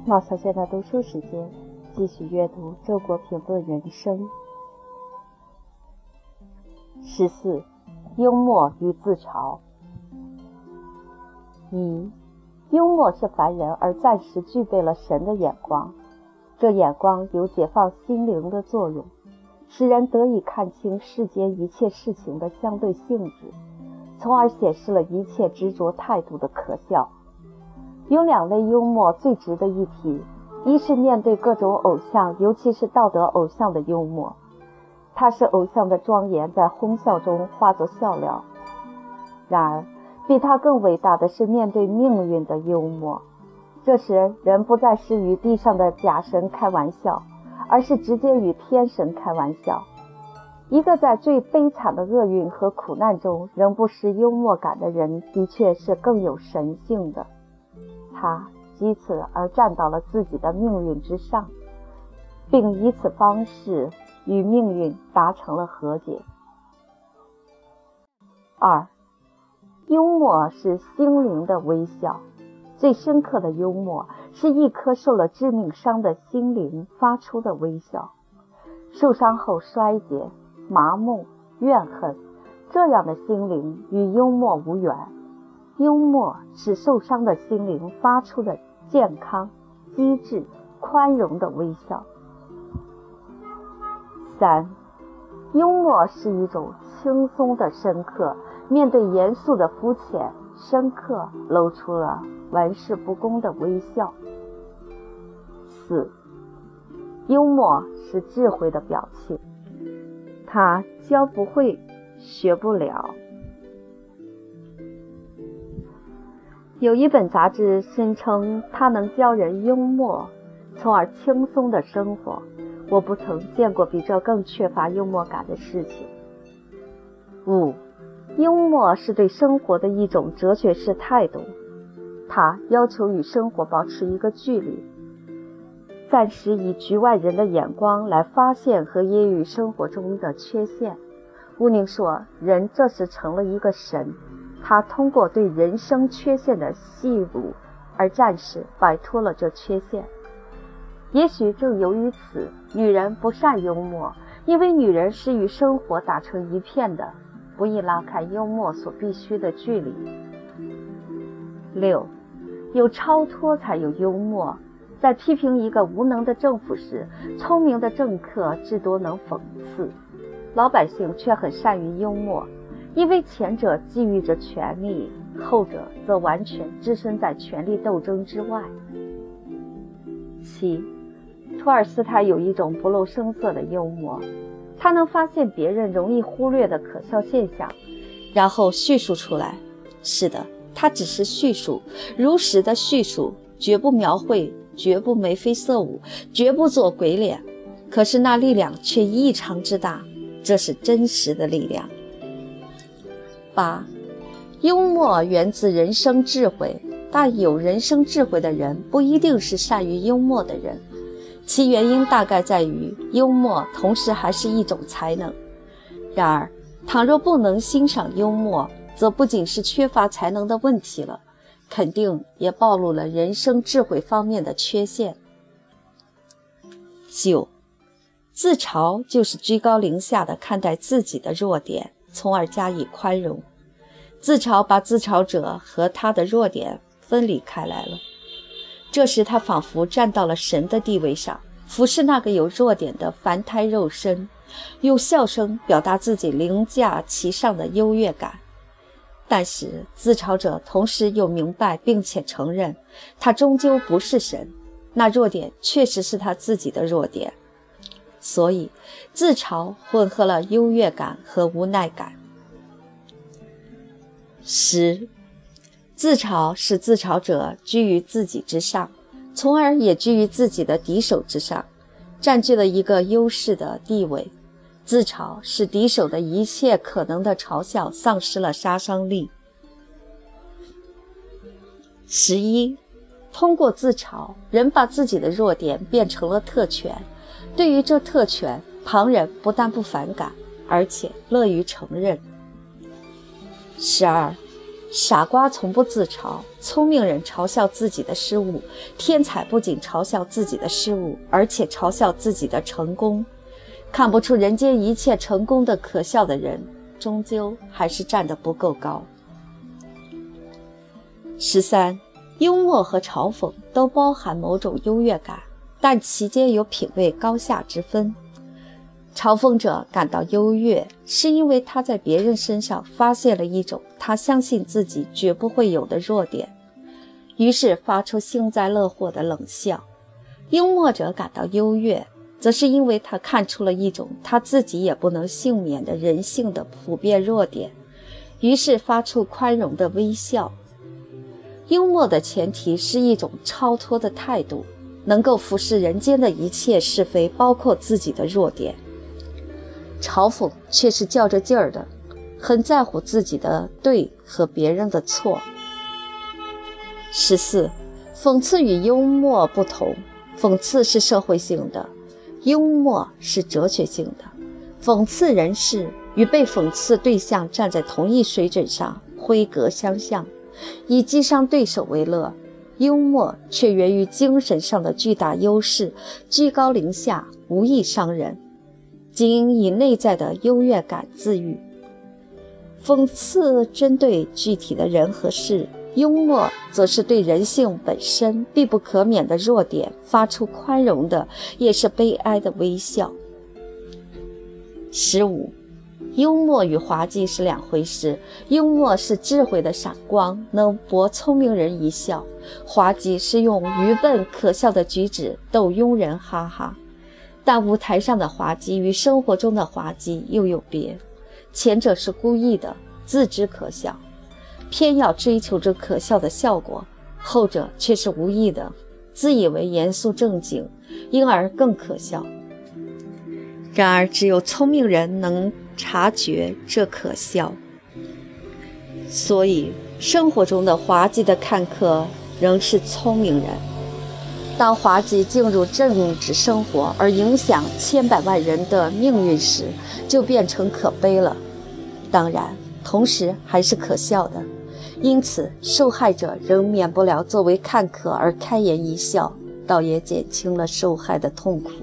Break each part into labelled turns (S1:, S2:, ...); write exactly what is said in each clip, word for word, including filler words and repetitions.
S1: 毛小姐的读书时间，继续阅读《周国评论人生》。十四，幽默与自嘲。一，幽默是凡人而暂时具备了神的眼光，这眼光有解放心灵的作用，使人得以看清世间一切事情的相对性质，从而显示了一切执着态度的可笑。有两类幽默最值得一提，一是面对各种偶像，尤其是道德偶像的幽默，它使偶像的庄严在哄笑中化作笑料。然而比它更伟大的是面对命运的幽默，这时人不再是与地上的假神开玩笑，而是直接与天神开玩笑。一个在最悲惨的厄运和苦难中仍不失幽默感的人，的确是更有神性的，他藉此而站到了自己的命运之上，并以此方式与命运达成了和解。二，幽默是心灵的微笑。最深刻的幽默是一颗受了致命伤的心灵发出的微笑。受伤后衰竭、麻木、怨恨，这样的心灵与幽默无缘。幽默是受伤的心灵发出的健康、机智、宽容的微笑。三，幽默是一种轻松的深刻，面对严肃的肤浅，深刻露出了玩世不恭的微笑。四，幽默是智慧的表现，它教不会，学不了。有一本杂志声称它能教人幽默，从而轻松的生活。我不曾见过比这更缺乏幽默感的事情。五，幽默是对生活的一种哲学式态度，它要求与生活保持一个距离，暂时以局外人的眼光来发现和揶揄生活中的缺陷。乌宁说，人这时成了一个神，他通过对人生缺陷的戏辱而暂时摆脱了这缺陷。也许正由于此，女人不善幽默，因为女人是与生活打成一片的，不易拉开幽默所必须的距离。六，有超脱才有幽默。在批评一个无能的政府时，聪明的政客至多能讽刺，老百姓却很善于幽默，因为前者觊觎着权力，后者则完全置身在权力斗争之外。七，托尔斯泰有一种不露声色的幽默，他能发现别人容易忽略的可笑现象，然后叙述出来。是的，他只是叙述，如实的叙述，绝不描绘，绝不眉飞色舞，绝不做鬼脸，可是那力量却异常之大，这是真实的力量。八，幽默源自人生智慧，但有人生智慧的人不一定是善于幽默的人，其原因大概在于幽默同时还是一种才能。然而倘若不能欣赏幽默，则不仅是缺乏才能的问题了，肯定也暴露了人生智慧方面的缺陷。九，自嘲就是居高临下地看待自己的弱点，从而加以宽容。自嘲把自嘲者和他的弱点分离开来了，这时他仿佛站到了神的地位上，俯视那个有弱点的凡胎肉身，用笑声表达自己凌驾其上的优越感。但是自嘲者同时又明白并且承认，他终究不是神，那弱点确实是他自己的弱点，所以自嘲混合了优越感和无奈感。十，自嘲使自嘲者居于自己之上，从而也居于自己的敌手之上，占据了一个优势的地位。自嘲使敌手的一切可能的嘲笑丧失了杀伤力。十一，通过自嘲，人把自己的弱点变成了特权，对于这特权，旁人不但不反感，而且乐于承认。十二， 傻瓜从不自嘲，聪明人嘲笑自己的失误，天才不仅嘲笑自己的失误，而且嘲笑自己的成功。看不出人间一切成功的可笑的人，终究还是站得不够高。十三，幽默和嘲讽都包含某种优越感，但其间有品位高下之分。嘲讽者感到优越，是因为他在别人身上发现了一种他相信自己绝不会有的弱点，于是发出幸灾乐祸的冷笑。幽默者感到优越，则是因为他看出了一种他自己也不能幸免的人性的普遍弱点，于是发出宽容的微笑。幽默的前提是一种超脱的态度，能够俯视人间的一切是非，包括自己的弱点。嘲讽却是较着劲儿的，很在乎自己的对和别人的错。十四，讽刺与幽默不同，讽刺是社会性的，幽默是哲学性的。讽刺人士与被讽刺对象站在同一水准上，挥格相向，以击伤对手为乐。幽默却源于精神上的巨大优势，居高临下，无意伤人，仅以内在的优越感自愈。讽刺针对具体的人和事，幽默则是对人性本身必不可免的弱点发出宽容的，也是悲哀的微笑。十五，幽默与滑稽是两回事，幽默是智慧的闪光，能博聪明人一笑，滑稽是用愚笨可笑的举止逗庸人哈哈。但舞台上的滑稽与生活中的滑稽又有别，前者是故意的，自知可笑，偏要追求着可笑的效果，后者却是无意的，自以为严肃正经，因而更可笑。然而只有聪明人能察觉这可笑，所以生活中的滑稽的看客仍是聪明人。当滑稽进入政治生活而影响千百万人的命运时，就变成可悲了，当然同时还是可笑的，因此受害者仍免不了作为看客而开颜一笑，倒也减轻了受害的痛苦。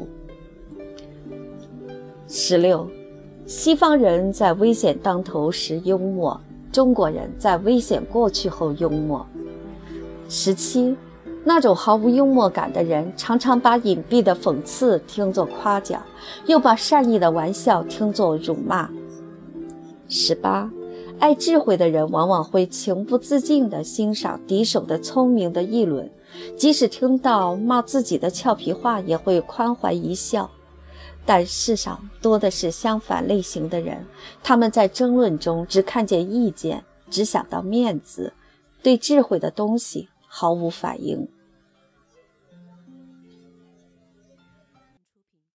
S1: 十六，西方人在危险当头时幽默，中国人在危险过去后幽默。十七，那种毫无幽默感的人常常把隐蔽的讽刺听作夸奖，又把善意的玩笑听作辱骂。十八，爱智慧的人往往会情不自禁地欣赏敌手的聪明的议论，即使听到骂自己的俏皮话也会宽怀一笑。但世上多的是相反类型的人，他们在争论中只看见意见，只想到面子，对智慧的东西毫无反应。